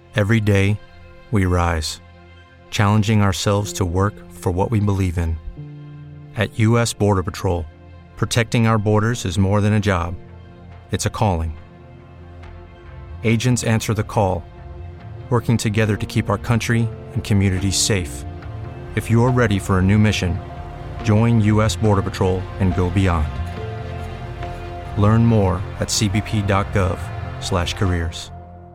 Every day, we rise, challenging ourselves to work for what we believe in. At U.S. Border Patrol, protecting our borders is more than a job. It's a calling. Agents answer the call, working together to keep our country and communities safe. If you're ready for a new mission, join U.S. Border Patrol and go beyond. Learn more at cbp.gov/careers.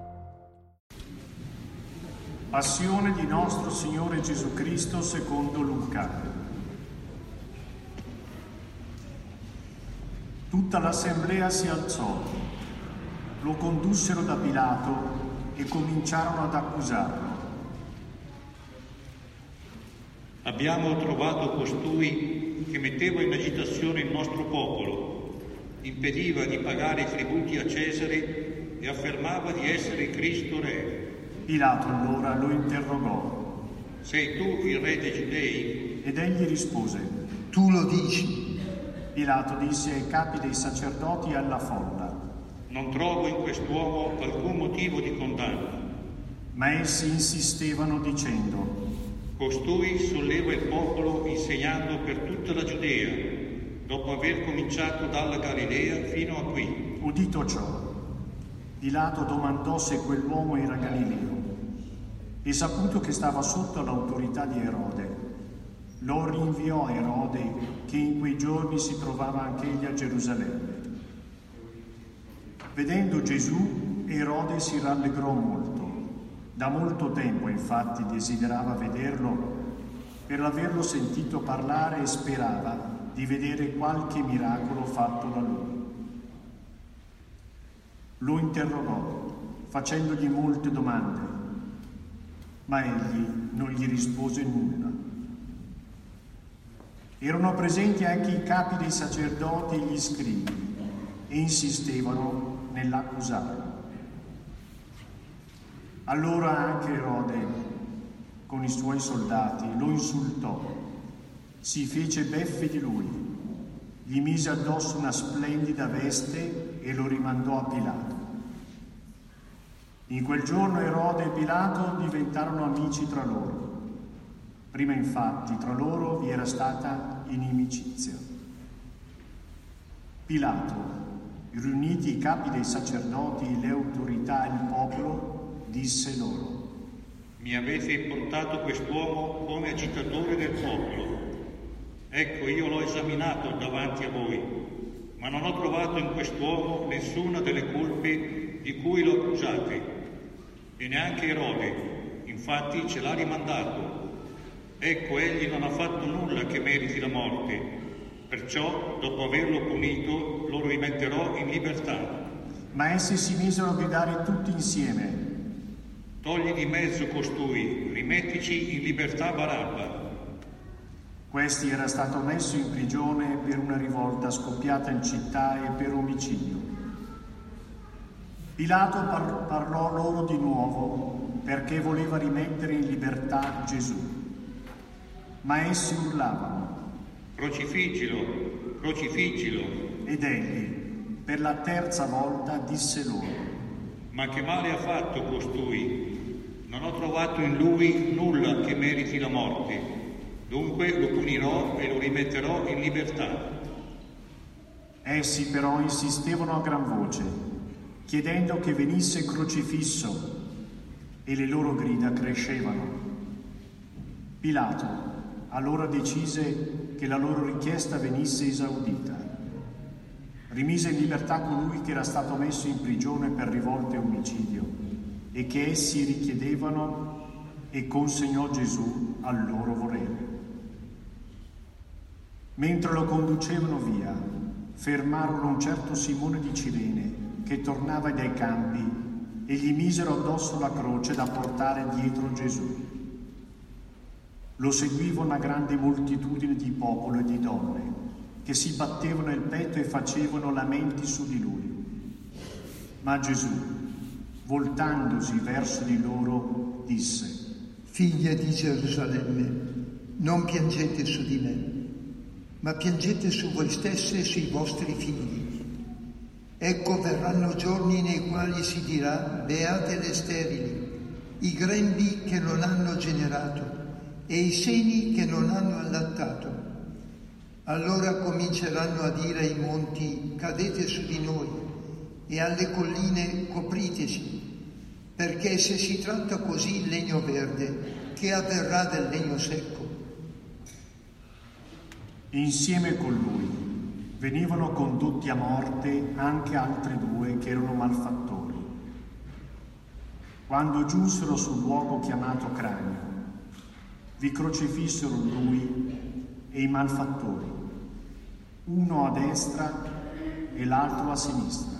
Passione di nostro Signore Gesù Cristo secondo Luca. Tutta l'assemblea si alzò, lo condussero da Pilato e cominciarono ad accusarlo. Abbiamo trovato costui che metteva in agitazione il nostro popolo, impediva di pagare i tributi a Cesare e affermava di essere Cristo Re. Pilato allora lo interrogò. Sei tu il re dei Giudei? Ed egli rispose: Tu lo dici. Pilato disse ai capi dei sacerdoti e alla folla: Non trovo in quest'uomo alcun motivo di condanna. Ma essi insistevano dicendo: Costui solleva il popolo insegnando per tutta la Giudea, dopo aver cominciato dalla Galilea fino a qui. Udito ciò, Pilato domandò se quell'uomo era Galileo, e saputo che stava sotto l'autorità di Erode, lo rinviò a Erode, che in quei giorni si trovava anch'egli a Gerusalemme. Vedendo Gesù, Erode si rallegrò molto. Da molto tempo, infatti, desiderava vederlo per averlo sentito parlare e sperava di vedere qualche miracolo fatto da lui. Lo interrogò, facendogli molte domande, ma egli non gli rispose nulla. Erano presenti anche i capi dei sacerdoti e gli scribi e insistevano nell'accusarlo. Allora anche Erode, con i suoi soldati, lo insultò, si fece beffe di lui, gli mise addosso una splendida veste e lo rimandò a Pilato. In quel giorno Erode e Pilato diventarono amici tra loro. Prima infatti tra loro vi era stata inimicizia. Pilato, riuniti i capi dei sacerdoti, le autorità e il popolo, disse loro: Mi avete portato quest'uomo come agitatore del popolo. Ecco, io l'ho esaminato davanti a voi, ma non ho trovato in quest'uomo nessuna delle colpe di cui lo accusate, e neanche Erode, infatti ce l'ha rimandato. Ecco, egli non ha fatto nulla che meriti la morte, perciò, dopo averlo punito, lo rimetterò in libertà. Ma essi si misero a gridare tutti insieme: Togli di mezzo costui, rimettici in libertà Barabba. Questi era stato messo in prigione per una rivolta scoppiata in città e per omicidio. Pilato parlò loro di nuovo perché voleva rimettere in libertà Gesù. Ma essi urlavano: Crocifiggilo, crocifiggilo. Ed egli, per la terza volta, disse loro: Ma che male ha fatto costui? Non ho trovato in lui nulla che meriti la morte. Dunque lo punirò e lo rimetterò in libertà. Essi però insistevano a gran voce, chiedendo che venisse crocifisso, e le loro grida crescevano. Pilato allora decise che la loro richiesta venisse esaudita. Rimise in libertà colui che era stato messo in prigione per rivolta e omicidio, e che essi richiedevano, e consegnò Gesù al loro volere. Mentre lo conducevano via, fermarono un certo Simone di Cirene che tornava dai campi e gli misero addosso la croce da portare dietro Gesù. Lo seguiva una grande moltitudine di popolo e di donne che si battevano il petto e facevano lamenti su di lui. Ma Gesù, voltandosi verso di loro, disse: Figlie di Gerusalemme, non piangete su di me, ma piangete su voi stesse e sui vostri figli. Ecco, verranno giorni nei quali si dirà: beate le sterili, macerato e i seni che non hanno allattato. Allora cominceranno a dire ai monti: cadete su di noi, e alle colline: copriteci, perché se si tratta così il legno verde, che avverrà del legno secco? Insieme con lui venivano condotti a morte anche altri due che erano malfattori. Quando giunsero sul luogo chiamato Cranio, vi crocifissero lui e i malfattori, uno a destra e l'altro a sinistra.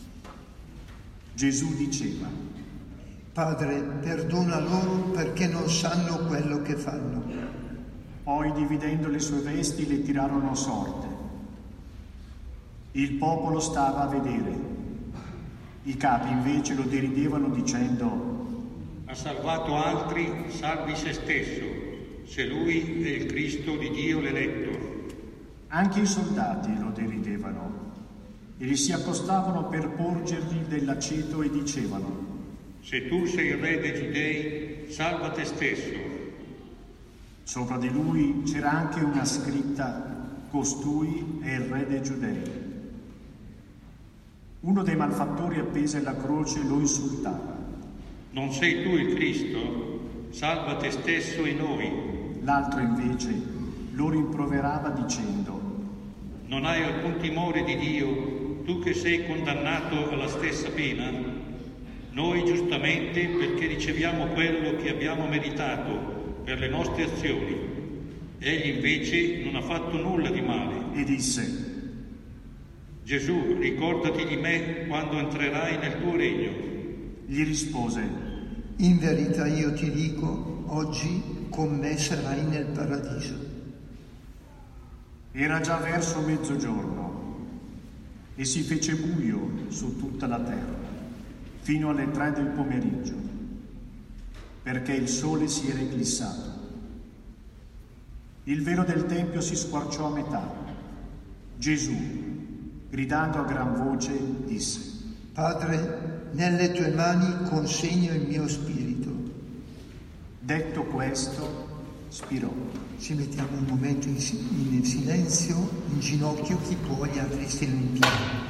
Gesù diceva: Padre, perdona loro perché non sanno quello che fanno. Poi, dividendo le sue vesti, le tirarono a sorte. Il popolo stava a vedere. I capi invece lo deridevano dicendo: ha salvato altri, salvi se stesso, se lui è il Cristo di Dio l'eletto. Anche i soldati lo deridevano e gli si accostavano per porgergli dell'aceto e dicevano: se tu sei il re dei Giudei, salva te stesso. Sopra di lui c'era anche una scritta: costui è il re dei Giudei. Uno dei malfattori appesi alla croce lo insultava: non sei tu il Cristo? Salva te stesso e noi. L'altro invece lo rimproverava dicendo: non hai alcun timore di Dio, tu che sei condannato alla stessa pena? Noi giustamente, perché riceviamo quello che abbiamo meritato per le nostre azioni. Egli invece non ha fatto nulla di male. E disse: Gesù, ricordati di me quando entrerai nel tuo regno. Gli rispose: in verità io ti dico, oggi con me sarai nel paradiso. Era già verso mezzogiorno e si fece buio su tutta la terra fino alle 3 del pomeriggio, perché il sole si era eclissato. Il velo del tempio si squarciò a metà. Gesù, gridando a gran voce, disse: Padre, nelle tue mani consegno il mio spirito. Detto questo, spirò. Ci mettiamo un momento in silenzio, in ginocchio, chi può, gli altri stiano in piedi.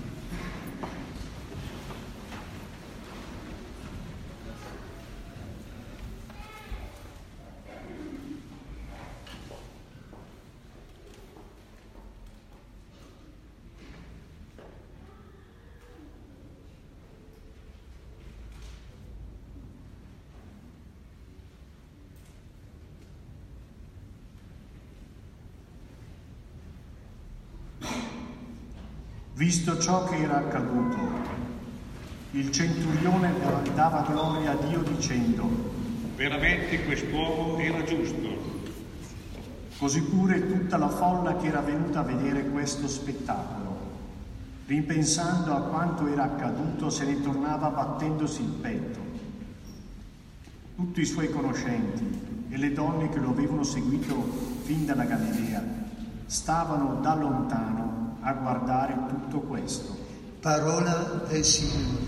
Visto ciò che era accaduto, il centurione dava gloria a Dio dicendo: veramente quest'uomo era giusto. Così pure tutta la folla che era venuta a vedere questo spettacolo, ripensando a quanto era accaduto, se ne tornava battendosi il petto. Tutti i suoi conoscenti e le donne che lo avevano seguito fin dalla Galilea stavano da lontano a guardare tutto questo. Parola del Signore.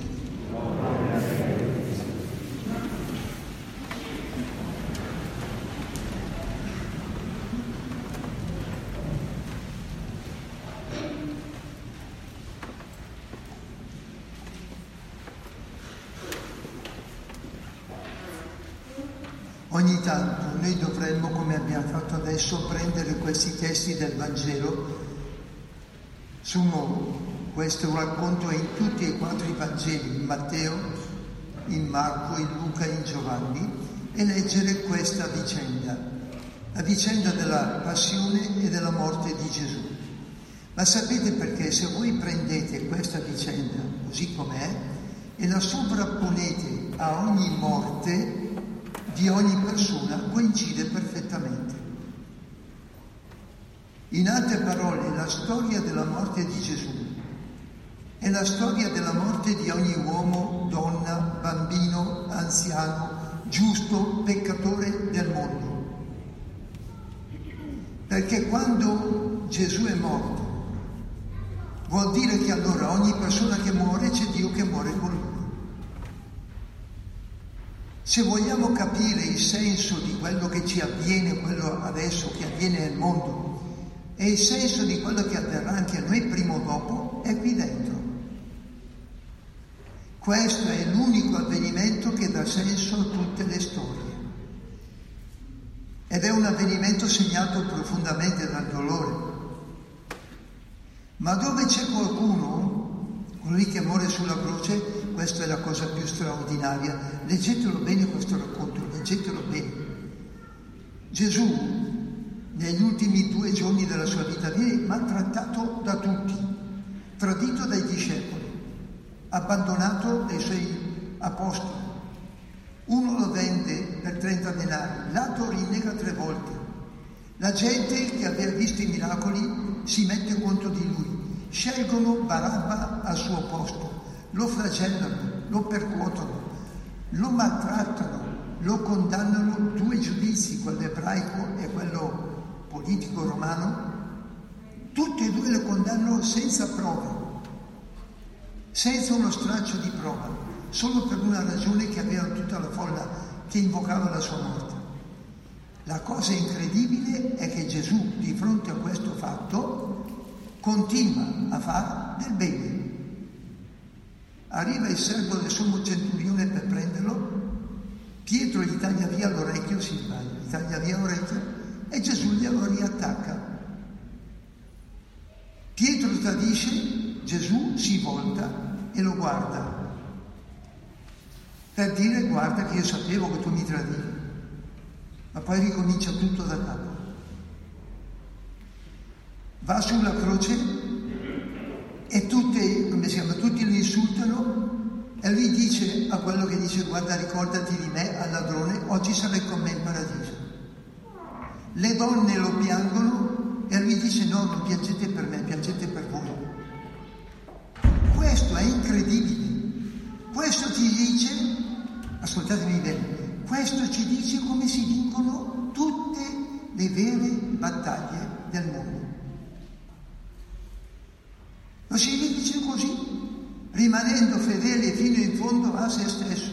Ogni tanto noi dovremmo, come abbiamo fatto adesso, prendere questi testi del Vangelo. Questo racconto è in tutti e 4 i Vangeli, in Matteo, in Marco, in Luca e in Giovanni, e leggere questa vicenda, la vicenda della passione e della morte di Gesù. Ma sapete perché? Se voi prendete questa vicenda così com'è e la sovrapponete a ogni morte di ogni persona, coincide perfettamente. In altre parole, la storia della morte di Gesù è la storia della morte di ogni uomo, donna, bambino, anziano, giusto, peccatore del mondo. Perché quando Gesù è morto, vuol dire che allora ogni persona che muore c'è Dio che muore con lui. Se vogliamo capire il senso di quello che ci avviene, quello adesso che avviene nel mondo, e il senso di quello che avverrà anche a noi prima o dopo, è qui dentro. Questo è l'unico avvenimento che dà senso a tutte le storie. Ed è un avvenimento segnato profondamente dal dolore. Ma dove c'è qualcuno, colui che muore sulla croce, questa è la cosa più straordinaria. Leggetelo bene questo racconto, leggetelo bene. Gesù, negli ultimi 2 giorni della sua vita, viene maltrattato da tutti, tradito dai discepoli, abbandonato dai suoi apostoli. Uno lo vende per 30 denari, l'altro rinnega 3 volte. La gente che aveva visto i miracoli si mette contro di lui, scelgono Barabba al suo posto, lo flagellano, lo percuotono, lo maltrattano, lo condannano 2 giudizi, quello ebraico e quello politico romano. Tutti e 2 lo condannano senza prove, senza uno straccio di prova, solo per una ragione che aveva tutta la folla che invocava la sua morte. La cosa incredibile è che Gesù, di fronte a questo fatto, continua a fare del bene. Arriva il servo del sommo centurione per prenderlo, Pietro gli taglia via l'orecchio, si sbaglia, gli taglia via l'orecchio e Gesù glielo riattacca. Pietro tradisce, Gesù si volta e lo guarda per dire: guarda che io sapevo che tu mi tradivi. Ma poi ricomincia tutto da capo. Va sulla croce e tutti lo insultano e lui dice a quello che dice: guarda, ricordati di me, al ladrone, oggi sarai con me in paradiso. Le donne lo piangono e lui dice: no, non piangete per me, piangete per voi. Questo è incredibile. Questo ti dice, ascoltatemi bene, questo ci dice come si vincono tutte le vere battaglie del mondo. Lo si dice così, rimanendo fedele fino in fondo a se stesso.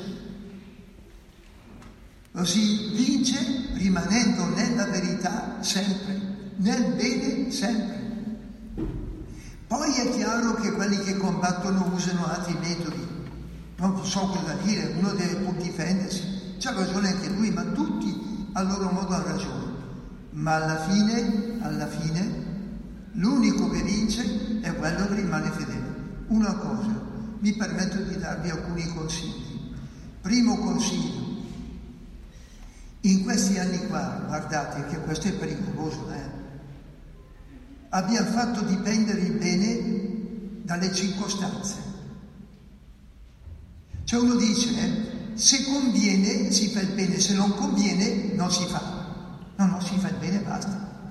Lo si vince rimanendo nella verità sempre, nel bene sempre. Poi è chiaro che quelli che combattono usano altri metodi. Non so cosa dire, uno deve pur difendersi. C'ha ragione anche lui, ma tutti a loro modo hanno ragione. Ma alla fine, l'unico che vince è quello che rimane fedele. Una cosa, mi permetto di darvi alcuni consigli. Primo consiglio, in questi anni qua, guardate che questo è pericoloso, abbiamo fatto dipendere il bene dalle circostanze. Cioè uno dice, se conviene si fa il bene, se non conviene non si fa. No, si fa il bene e basta.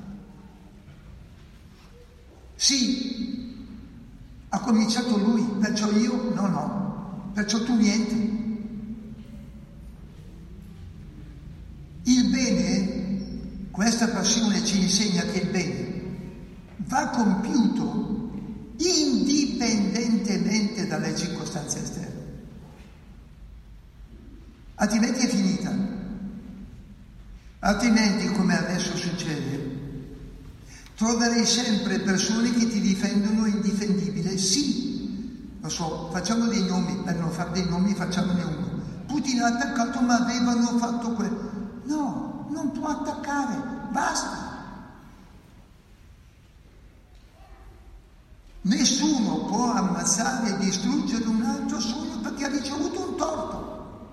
Sì, ha cominciato lui, perciò io no, perciò tu niente. Il bene, questa passione ci insegna che il bene va compiuto indipendentemente dalle circostanze esterne. Altrimenti è finita. Altrimenti, come adesso succede, troverai sempre persone che ti difendono indifendibile. Sì, lo so, facciamo dei nomi, per non fare dei nomi facciamone uno. Putin ha attaccato, ma avevano fatto quello. No, non può attaccare, basta. Nessuno può ammazzare e distruggere un altro solo perché ha ricevuto un torto.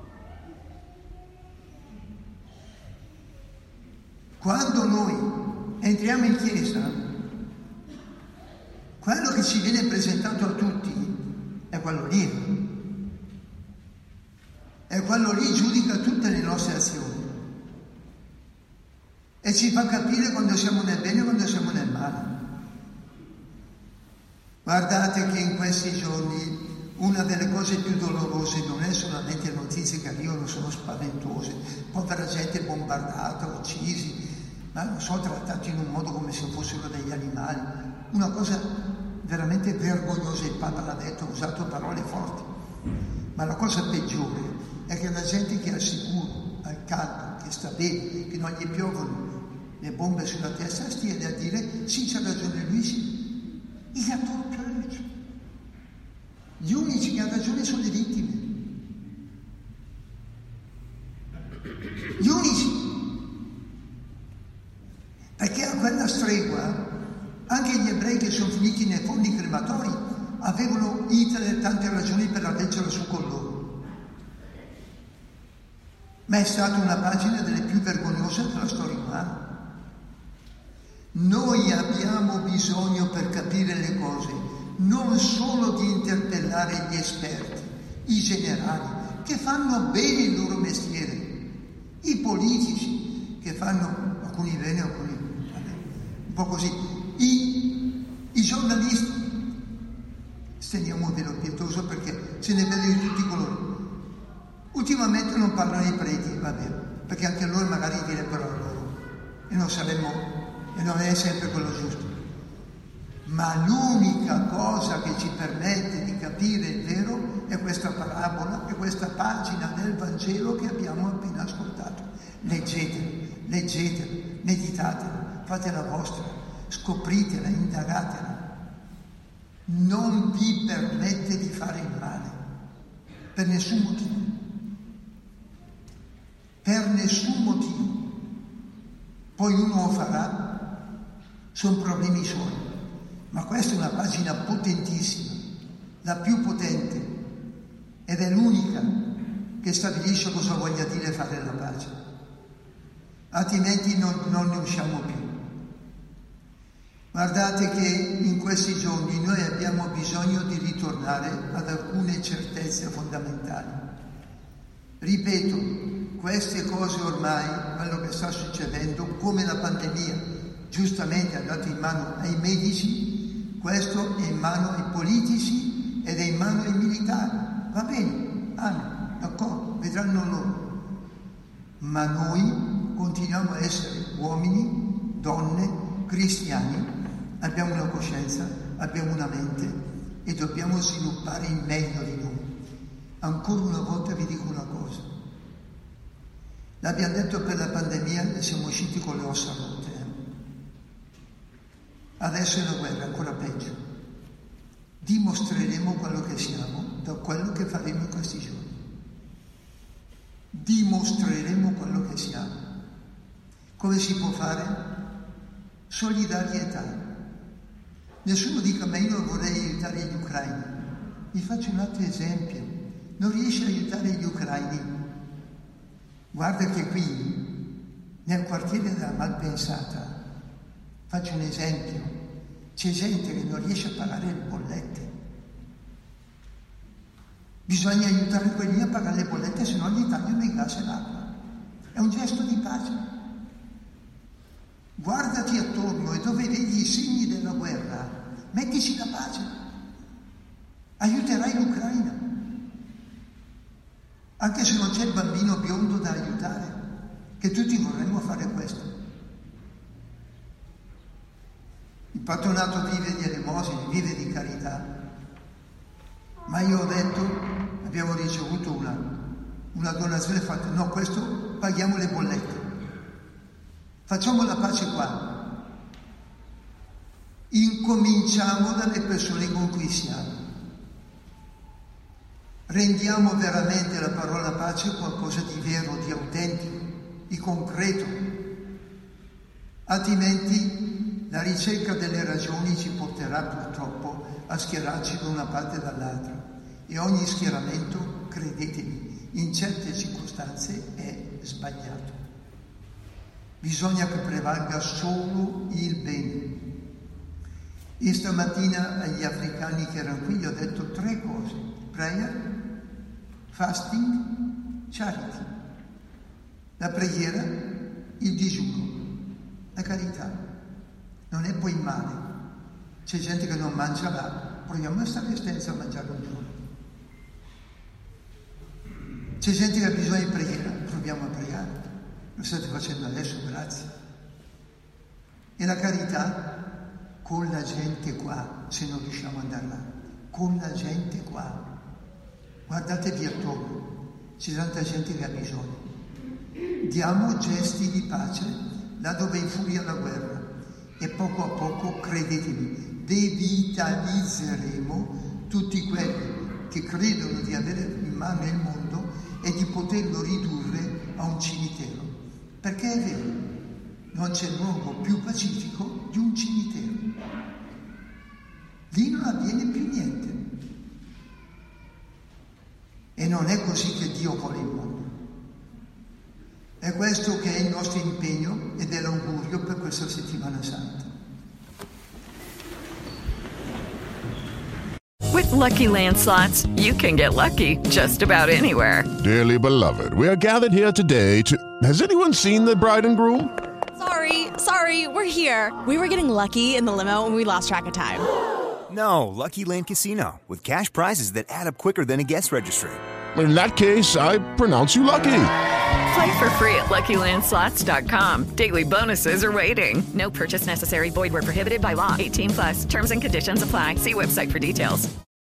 Quando noi entriamo in chiesa, quello che ci viene presentato a tutti è quello lì. E quello lì giudica tutte le nostre azioni. E ci fa capire quando siamo nel bene e quando siamo nel male. Guardate che in questi giorni una delle cose più dolorose non è solamente le notizie che arrivano, sono spaventose, povera gente bombardata, uccisi, ma non so, trattati in un modo come se fossero degli animali, una cosa veramente vergognosa. Il Papa l'ha detto, ha usato parole forti, ma la cosa peggiore è che la gente che è al sicuro, al caldo, che sta bene, che non gli piovono le bombe sulla testa, stia a dire sì, c'ha ragione lui, sì. Il torture. Gli unici che hanno ragione sono le vittime. Gli unici. Perché a quella stregua anche gli ebrei che sono finiti nei forni crematori avevano Hitler tante ragioni per leggerla su con loro. Ma è stata una pagina delle più vergognose della storia umana. Noi abbiamo bisogno, per capire le cose, non solo di interpellare gli esperti, i generali, che fanno bene il loro mestiere, i politici, che fanno alcuni bene, alcuni un po' così, i giornalisti. Steniamo un velo pietoso perché se ne vede di tutti i colori. Ultimamente non parlano i preti, va bene, perché anche loro magari direbbero a loro e non è sempre quello giusto. Ma l'unica cosa che ci permette di capire il vero è questa parabola, è questa pagina del Vangelo che abbiamo appena ascoltato. Leggetela, meditatela, fatela vostra, scopritela, indagatela. Non vi permette di fare il male, per nessun motivo. Per nessun motivo. Poi uno lo farà, sono problemi suoi. Ma questa è una pagina potentissima, la più potente, ed è l'unica che stabilisce cosa voglia dire fare la pace. Altrimenti non ne usciamo più. Guardate che in questi giorni noi abbiamo bisogno di ritornare ad alcune certezze fondamentali. Ripeto, queste cose ormai, quello che sta succedendo, come la pandemia, giustamente è dato in mano ai medici, questo è in mano ai politici ed è in mano ai militari. Va bene, d'accordo, vedranno loro. Ma noi continuiamo a essere uomini, donne, cristiani, abbiamo una coscienza, abbiamo una mente e dobbiamo sviluppare il meglio di noi. Ancora una volta vi dico una cosa. L'abbiamo detto per la pandemia e siamo usciti con le ossa rotte. Adesso è una guerra, ancora peggio. Dimostreremo quello che siamo da quello che faremo in questi giorni. Dimostreremo quello che siamo. Come si può fare? Solidarietà. Nessuno dica ma io vorrei aiutare gli ucraini. Vi faccio un altro esempio. Non riesci a aiutare gli ucraini? Guarda che qui, nel quartiere della Malpensata, faccio un esempio, c'è gente che non riesce a pagare le bollette. Bisogna aiutare quelli a pagare le bollette, se no gli tagliano il gas e l'acqua. È un gesto di pace. Guardati attorno e dove vedi i segni della guerra, mettici la pace. Aiuterai l'Ucraina. Anche se non c'è il bambino biondo da aiutare, che tutti vorremmo fare questo. Il patronato vive di elemosine, vive di carità. Ma io ho detto, abbiamo ricevuto una donazione fatta, no, questo paghiamo le bollette. Facciamo la pace qua. Incominciamo dalle persone con cui siamo. Rendiamo veramente la parola pace qualcosa di vero, di autentico, di concreto. Altrimenti la ricerca delle ragioni ci porterà purtroppo a schierarci da una parte e dall'altra. E ogni schieramento, credetemi, in certe circostanze è sbagliato. Bisogna che prevalga solo il bene. E stamattina agli africani che erano qui gli ho detto 3 cose: prayer, fasting, charity. La preghiera, il digiuno, la carità. Non è poi male. C'è gente che non mangia, ma proviamo a stare senza mangiare un giorno. C'è gente che ha bisogno di preghiera, proviamo a pregare. Lo state facendo adesso, grazie. E la carità con la gente qua, se non riusciamo ad andare là, con la gente qua. Guardatevi attorno, c'è tanta gente che ha bisogno. Diamo gesti di pace là dove infuria la guerra e poco a poco, credetemi, devitalizzeremo tutti quelli che credono di avere in mano il mondo e di poterlo ridurre a un cimitero. Perché è vero, non c'è luogo più pacifico di un cimitero. Lì non avviene più niente. E non è così che Dio vuole il mondo. È questo che è il nostro impegno ed è l'augurio per questa settimana santa. With Lucky Land Slots, you can get lucky just about anywhere. Dearly beloved, we are gathered here today to... Has anyone seen the bride and groom? Sorry, we're here. We were getting lucky in the limo and we lost track of time. No, Lucky Land Casino, with cash prizes that add up quicker than a guest registry. In that case, I pronounce you lucky. Play for free at LuckyLandSlots.com. Daily bonuses are waiting. No purchase necessary. Void where prohibited by law. 18+. Terms and conditions apply. See website for details.